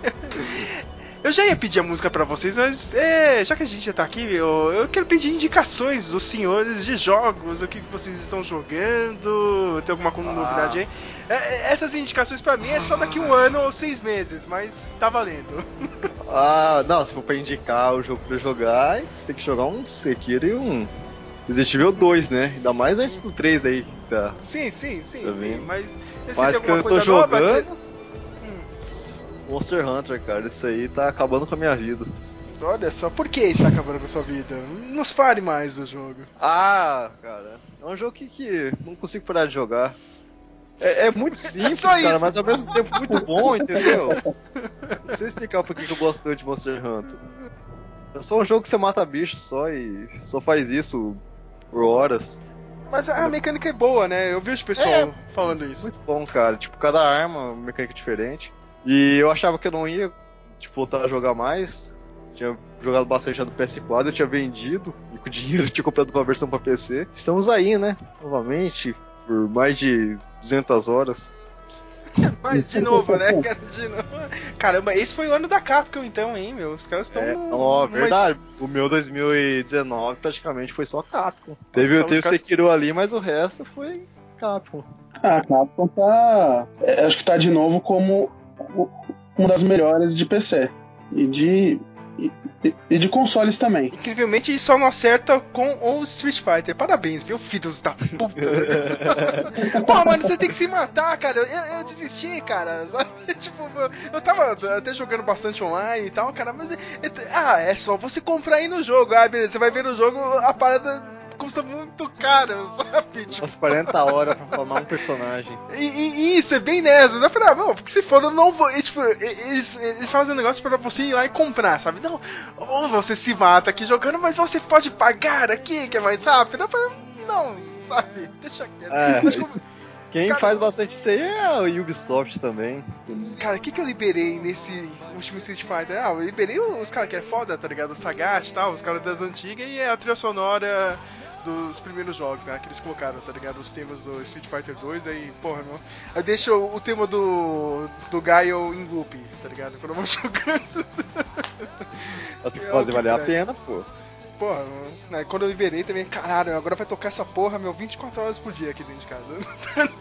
Eu já ia pedir a música pra vocês, mas já que a gente já tá aqui, eu quero pedir indicações dos senhores de jogos, o que vocês estão jogando, tem alguma novidade aí? Essas indicações pra mim é só daqui 1 ano ou 6 meses, mas tá valendo. Não, se for pra indicar o jogo pra jogar, você tem que jogar um Sekiro e um Resident Evil 2, né? Ainda mais antes do 3 aí. Tá. Sim, mas... Mas que eu tô jogando... Monster Hunter, cara, isso aí tá acabando com a minha vida. Olha só, por que isso tá acabando com a sua vida? Nos fale mais do jogo. Cara, é um jogo que não consigo parar de jogar. É muito simples, cara, isso. mas ao mesmo tempo muito bom, entendeu? Não sei explicar por que eu gosto tanto de Monster Hunter. É só um jogo que você mata bicho só e só faz isso por horas. Mas a mecânica é boa, né? Eu vi os pessoal falando isso. Muito bom, cara. Tipo, cada arma, uma mecânica diferente. E eu achava que eu não ia, voltar a jogar mais. Tinha jogado bastante já no PS4, eu tinha vendido. E com o dinheiro eu tinha comprado uma versão pra PC. Estamos aí, né? Novamente, por mais de 200 horas. Mas de novo, né? De novo. Caramba, esse foi o ano da Capcom então, hein, meu? Os caras estão... verdade. O meu 2019 praticamente foi só Capcom. Teve o Sekiro ali, mas o resto foi Capcom. A Capcom tá... acho que tá de novo como uma das melhores de PC. E de consoles também. Incrivelmente, só não acerta com o Street Fighter. Parabéns, viu, filhos da puta. Pô, mano, você tem que se matar, cara. Eu desisti, cara. Sabe? Tipo, eu tava até jogando bastante online e tal, cara, mas... é só você comprar aí no jogo. Beleza, você vai ver no jogo, a parada custa muito caro, sabe? Tipo, umas 40 horas pra formar um personagem. E isso, é bem nessa. Eu falei, não, porque se for, eu não vou. E, tipo, eles fazem um negócio pra você ir lá e comprar, sabe? Não, ou você se mata aqui jogando, mas você pode pagar aqui, que é mais rápido. Eu falei, não, sabe? Deixa quieto. Quem faz bastante isso aí é a Ubisoft também. Cara, o que eu liberei nesse último Street Fighter? Eu liberei os caras que é foda, tá ligado? O Sagat e tal, os caras das antigas e a trilha sonora dos primeiros jogos, né? Que eles colocaram, tá ligado? Os temas do Street Fighter 2, aí, porra, meu. Aí deixa o tema do Gaio em loop, tá ligado? Quando eu vou jogando. Tem que fazer valer a pena, pô. Porra, né? Quando eu liberei também, caralho, agora vai tocar essa porra, meu, 24 horas por dia aqui dentro de casa.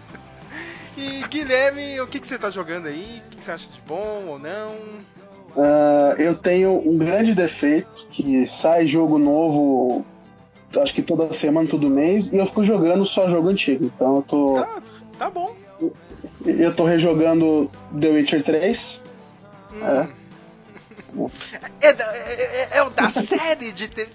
E Guilherme, o que você tá jogando aí? O que você acha de bom ou não? Eu tenho um grande defeito, que sai jogo novo, acho que toda semana, todo mês, e eu fico jogando só jogo antigo. Então eu tô... Tá bom. Eu tô rejogando The Witcher 3. É o da série de TV?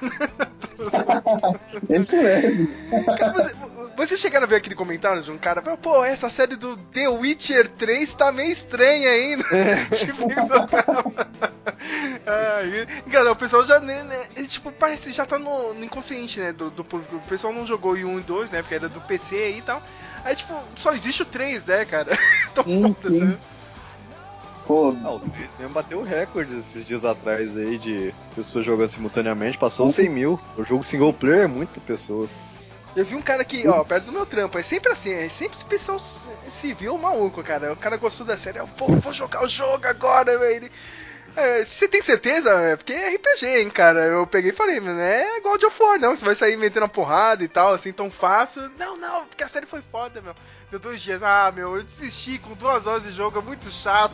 Isso mesmo. Vocês chegaram a ver aquele comentário de um cara? Pô, essa série do The Witcher 3 tá meio estranha ainda. Tipo, isso. Engraçado, o pessoal já, tipo, parece já tá no inconsciente, né? Do público. O pessoal não jogou o 1 e 2, né? Porque era do PC aí e tal. Aí, tipo, só existe o 3, né, cara? Então, foda-se. Pô, o 3 mesmo bateu recorde esses dias atrás aí de pessoas jogando simultaneamente, passou 100 mil. O jogo single player é muita pessoa. Eu vi um cara aqui, perto do meu trampo, é sempre assim, é sempre pessoal civil maluco, cara. O cara gostou da série, vou jogar o jogo agora, velho. Você tem certeza? Porque é RPG, hein, cara. Eu peguei e falei, não é God of War, não. Você vai sair metendo a porrada e tal, assim, tão fácil. Não, porque a série foi foda, meu. Deu 2 dias. Eu desisti com 2 horas de jogo, é muito chato.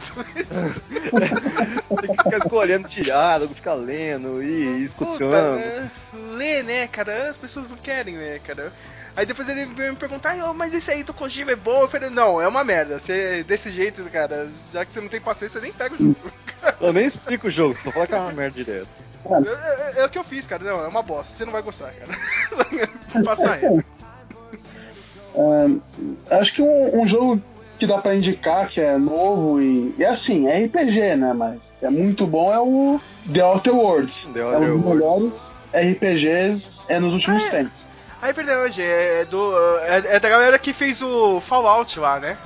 Tem que ficar escolhendo diálogo, ficar lendo e escutando. Ler, né, cara? As pessoas não querem, né, cara? Aí depois ele veio me perguntar, mas esse aí do Kojima é bom? Eu falei, não, é uma merda. Você, desse jeito, cara, já que você não tem paciência, você nem pega o jogo. Eu nem explico o jogo, só fala que é uma merda direto. É o que eu fiz, cara. Não, é uma bosta. Você não vai gostar, cara. Passa reto. Acho que um jogo que dá pra indicar que é novo e assim, é RPG, né? Mas é muito bom, é o The Outer Worlds. É um dos melhores RPGs nos últimos tempos. É verdade, é da galera que fez o Fallout lá, né?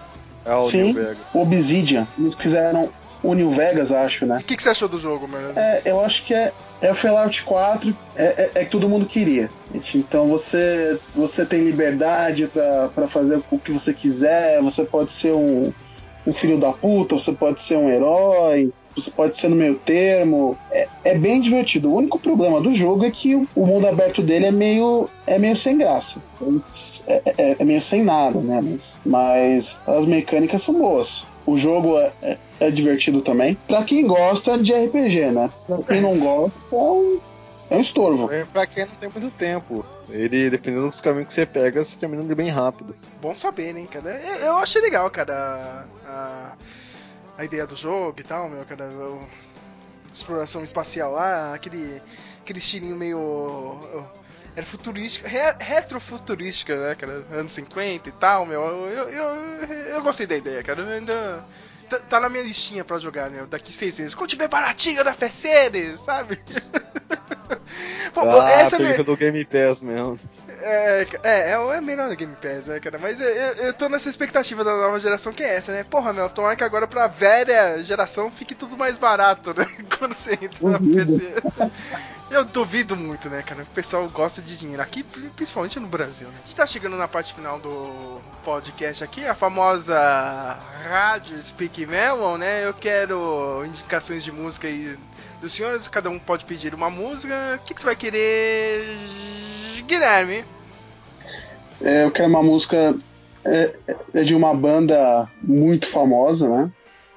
É o Sim, New Vegas. Obsidian. Eles fizeram o New Vegas, acho, né? O que você achou do jogo, mano? Eu acho que é o Fallout 4, é que todo mundo queria. Então você tem liberdade pra fazer o que você quiser, você pode ser um filho da puta, você pode ser um herói, você pode ser no meio termo. É bem divertido. O único problema do jogo é que o mundo aberto dele é meio sem graça. É meio sem nada, né? Mas as mecânicas são boas. O jogo é divertido também. Pra quem gosta de RPG, né? Pra quem não gosta, é um estorvo. Pra quem não tem muito tempo. Ele, dependendo dos caminhos que você pega, você termina ele bem rápido. Bom saber, né, cara? Eu achei legal, cara, a ideia do jogo e tal, meu, cara. Exploração espacial lá, aquele estilinho meio... Era futurística, retrofuturística, né, cara? Anos 50 e tal, meu. Eu gostei da ideia, cara. Eu ainda... Tá na minha listinha pra jogar, né? Daqui 6 meses. Quando tiver baratinho da PC, sabe? Pô, essa é do Game Pass mesmo. É melhor Game Pass, né, cara? Mas eu tô nessa expectativa da nova geração que é essa, né? Porra, meu, tomara que agora pra velha geração fique tudo mais barato, né? Quando você entra na PC. Eu duvido muito, né, cara? O pessoal gosta de dinheiro. Aqui, principalmente no Brasil, né? A gente tá chegando na parte final do podcast aqui, a famosa Rádio Speak Melon, né? Eu quero indicações de música aí dos senhores. Cada um pode pedir uma música. O que você vai querer, Guilherme? Eu quero uma música de uma banda muito famosa, né?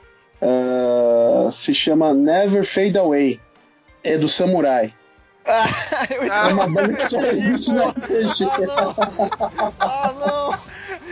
Se chama Never Fade Away. É do Samurai. É uma banda que só existe no RPG. Não!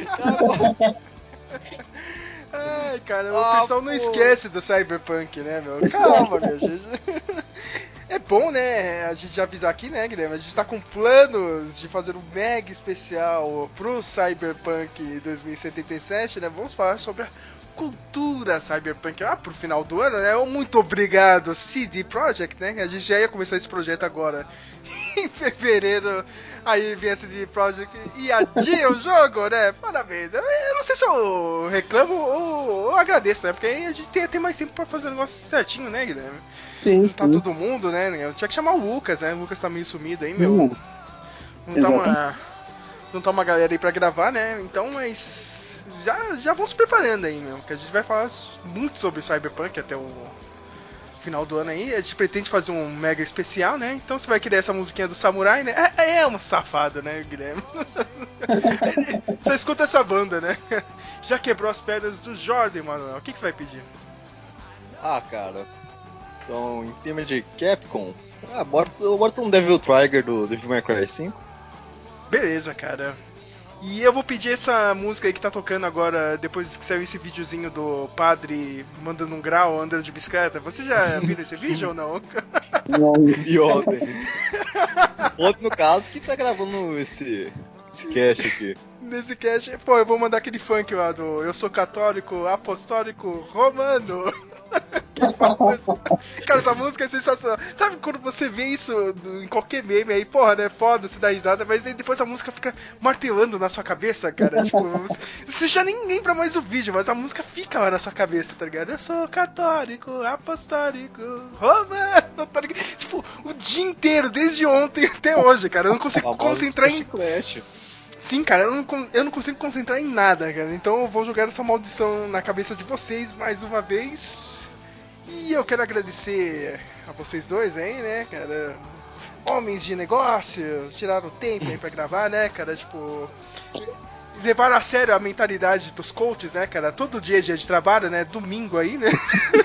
Ai, cara, o pessoal não esquece do Cyberpunk, né, meu? Calma, minha gente. É bom, né, a gente já avisar aqui, né, Guilherme? A gente tá com planos de fazer um mega especial pro Cyberpunk 2077, né? Vamos falar sobre a cultura Cyberpunk pro final do ano, né? Muito obrigado, CD Projekt, né? A gente já ia começar esse projeto agora em fevereiro. Aí vem a CD Projekt e adia o jogo, né? Parabéns. Eu não sei se eu reclamo ou agradeço, né? Porque aí a gente tem mais tempo pra fazer o negócio certinho, né, Guilherme? Sim. Não tá todo mundo, né? Eu tinha que chamar o Lucas, né? O Lucas tá meio sumido aí, meu. Não tá uma galera aí pra gravar, né? Então, mas já vão se preparando aí, meu. Que a gente vai falar muito sobre Cyberpunk até o final do ano aí. A gente pretende fazer um mega especial, né? Então você vai querer essa musiquinha do Samurai, né? É uma safada, né, Guilherme? Só escuta essa banda, né? Já quebrou as pernas do Jordan, Manuel. O que você vai pedir? Cara. Então, em tema de Capcom, bota um Devil Trigger do Devil May Cry 5. Beleza, cara. E eu vou pedir essa música aí que tá tocando agora, depois que saiu esse videozinho do padre mandando um grau andando de bicicleta. Você já viu esse vídeo ou não? Não. E ontem. Ontem, no caso, que tá gravando esse cast aqui. Nesse cast, pô, eu vou mandar aquele funk lá do Eu Sou Católico, Apostólico, Romano. Cara, essa música é sensacional. Sabe quando você vê isso em qualquer meme aí, porra, né? Foda, se dá risada, mas aí depois a música fica martelando na sua cabeça, cara. Tipo, você já nem lembra mais o vídeo, mas a música fica lá na sua cabeça, tá ligado? Eu sou católico, apostólico, romano, tá ligado? Tipo, o dia inteiro, desde ontem até hoje, cara. Eu não consigo concentrar em. Sim, cara, eu não consigo concentrar em nada, cara. Então eu vou jogar essa maldição na cabeça de vocês mais uma vez. E eu quero agradecer a vocês dois aí, né, cara? Homens de negócio, tiraram o tempo aí pra gravar, né, cara? Tipo, levaram a sério a mentalidade dos coaches, né, cara? Todo dia é dia de trabalho, né? Domingo aí, né?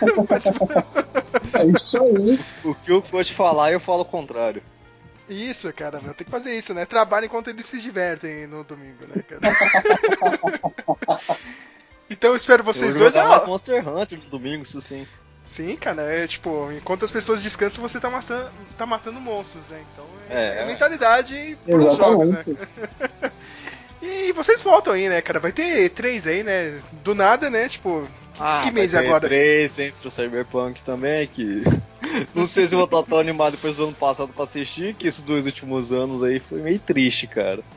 É isso aí. O que o coach falar, eu falo o contrário. Isso, cara, meu, tem que fazer isso, né? Trabalha enquanto eles se divertem no domingo, né, cara? Então eu espero vocês dois. Jogar mais Monster Hunter no domingo, isso sim. Sim, cara, tipo, enquanto as pessoas descansam, você tá matando monstros, né? Então é mentalidade pros jogos, né? E vocês voltam aí, né, cara? Vai ter 3 aí, né? Do nada, né? Tipo, que mês é agora? 3 entre o Cyberpunk também, que não sei se eu vou estar tão animado depois do ano passado pra assistir, que esses 2 últimos anos aí foi meio triste, cara.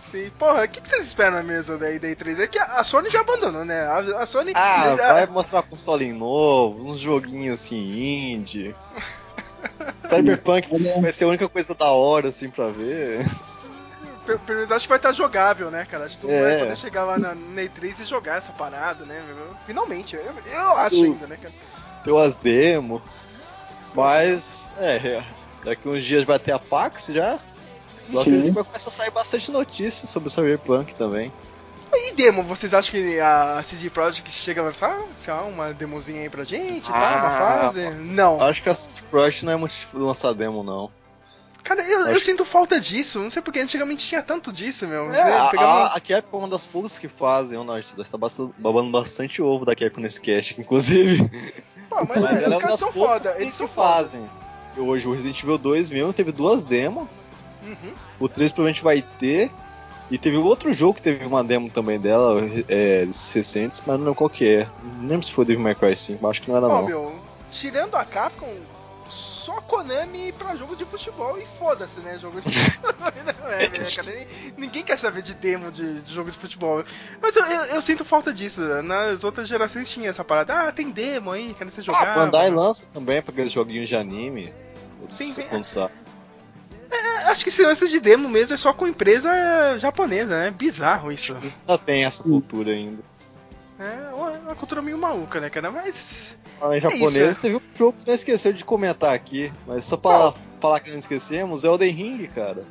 Sim, porra, o que vocês esperam na mesa da E3? É que a Sony já abandonou, né? A Sony... vai mostrar console novo, uns joguinhos assim, indie. Cyberpunk vai ser a única coisa da hora, assim, pra ver. Pelo menos acho que vai estar jogável, né, cara? Acho que tu vai poder chegar lá na E3 e jogar essa parada, né? Finalmente, eu acho ainda, né, cara? Tem umas demo, mas, daqui uns dias vai ter a PAX já. Eu acredito que vai começar a sair bastante notícias sobre o Cyberpunk também. E demo, vocês acham que a CD Projekt chega a lançar, sei lá, uma demozinha aí pra gente e tal, uma fase? Não. Acho que a CD Projekt não é muito difícil lançar demo, não. Cara, eu sinto falta disso, não sei porque antigamente tinha tanto disso, meu. A Capcom é uma das poucas que fazem, o Norte, tá babando bastante ovo da Capcom nesse cast, inclusive. Pô, mas os caras são foda, eles são fazem. Hoje o Resident Evil 2 mesmo teve 2 demos. O 3 provavelmente vai ter. E teve outro jogo que teve uma demo também dela, recentes, mas não lembro qual que é. Não lembro se foi Devil May Cry 5, mas acho que não era não. Meu, tirando a Capcom, só a Konami pra jogo de futebol e foda-se, né? Jogo de cara, ninguém quer saber de demo de jogo de futebol. Mas eu sinto falta disso. Nas outras gerações tinha essa parada. Tem demo aí, quero ser jogado. Bandai lança também pra aqueles joguinhos de anime. Sim, quando sai. Acho que esse lance de demo mesmo é só com empresa japonesa, né? Bizarro isso. Ainda tem essa cultura ainda. É uma cultura meio maluca, né, cara? Mas... Em japonês teve um jogo que não esqueceu de comentar aqui, mas só pra falar que não esquecemos, é o Elden Ring, cara.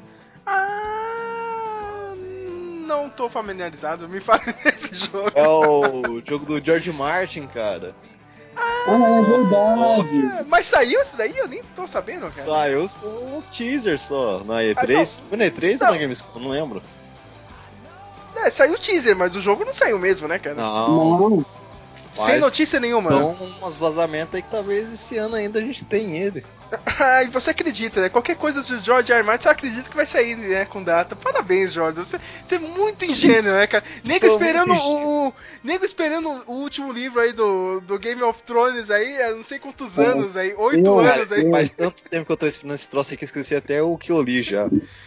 Não tô familiarizado, me fala desse jogo. É o jogo do George Martin, cara. É verdade. Mas saiu isso daí? Eu nem tô sabendo, cara. Saiu um teaser só, na E3. Foi na E3 ou na Gamescom? Não lembro. Saiu o teaser, mas o jogo não saiu mesmo, né, cara? Não. Sem notícia nenhuma. Então, umas vazamentos aí que talvez esse ano ainda a gente tenha ele. E você acredita, né? Qualquer coisa do George R. R. Martin, você acredita que vai sair, né, com data. Parabéns, George. Você é muito ingênuo, né, cara? Nego esperando o último livro aí do Game of Thrones aí, há não sei quantos anos aí, 8 anos aí. Faz tanto tempo que eu tô esperando esse troço aí que eu esqueci até o que eu li já.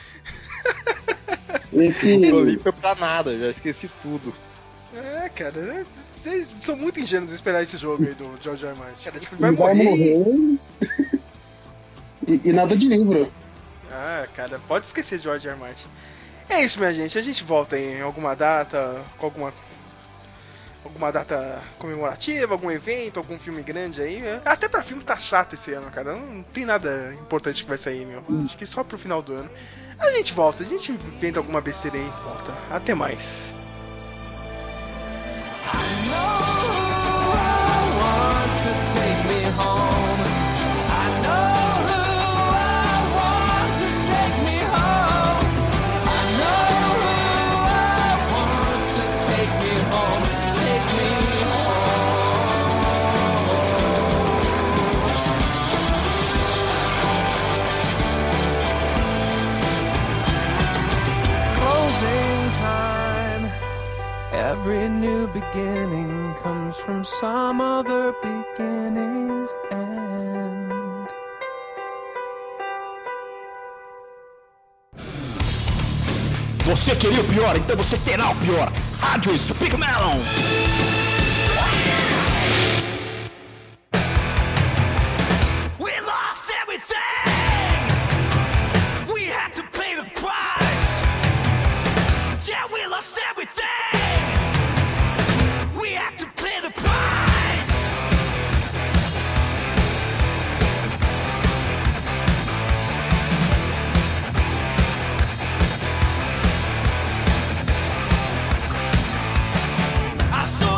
Eu li foi pra nada, já esqueci tudo. Cara, vocês são muito ingênuos em esperar esse jogo aí do George R. R. Martin. Cara, tipo, ele vai Vai morrer. E nada de livro. Cara, pode esquecer de George R. R. Martin. É isso, minha gente. A gente volta em alguma data, com alguma data comemorativa, algum evento, algum filme grande aí. Até pra filme tá chato esse ano, cara. Não tem nada importante que vai sair, meu. Acho que só pro final do ano. A gente volta, a gente inventa alguma besteira aí e volta. Até mais. Every new beginning comes from some other beginning's end. Você queria o pior, então você terá o pior. Rádio Speak Melon. We lost everything. We had to pay the price. Yeah, we lost everything. We had to pay the price. I saw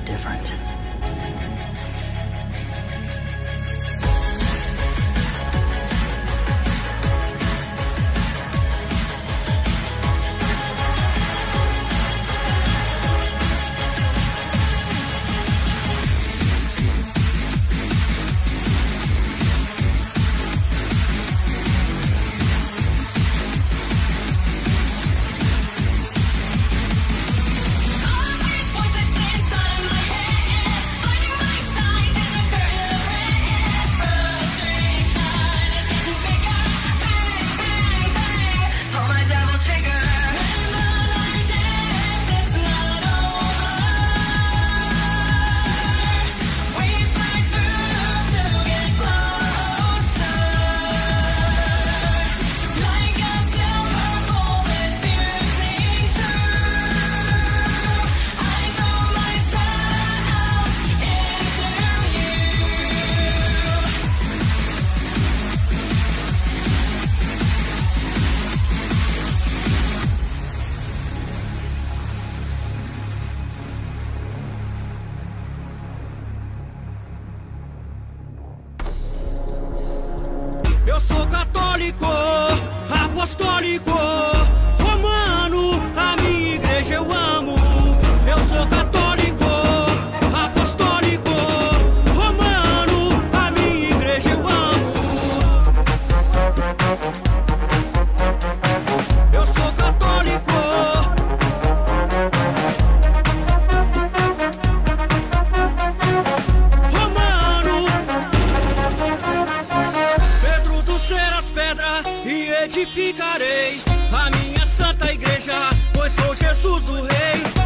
different. Eu sou católico, apostólico, romano, a minha igreja eu amo. Eu sou católico, apostólico, romano, a minha igreja eu amo. Eu sou católico. E edificarei a minha santa igreja, pois sou Jesus o Rei.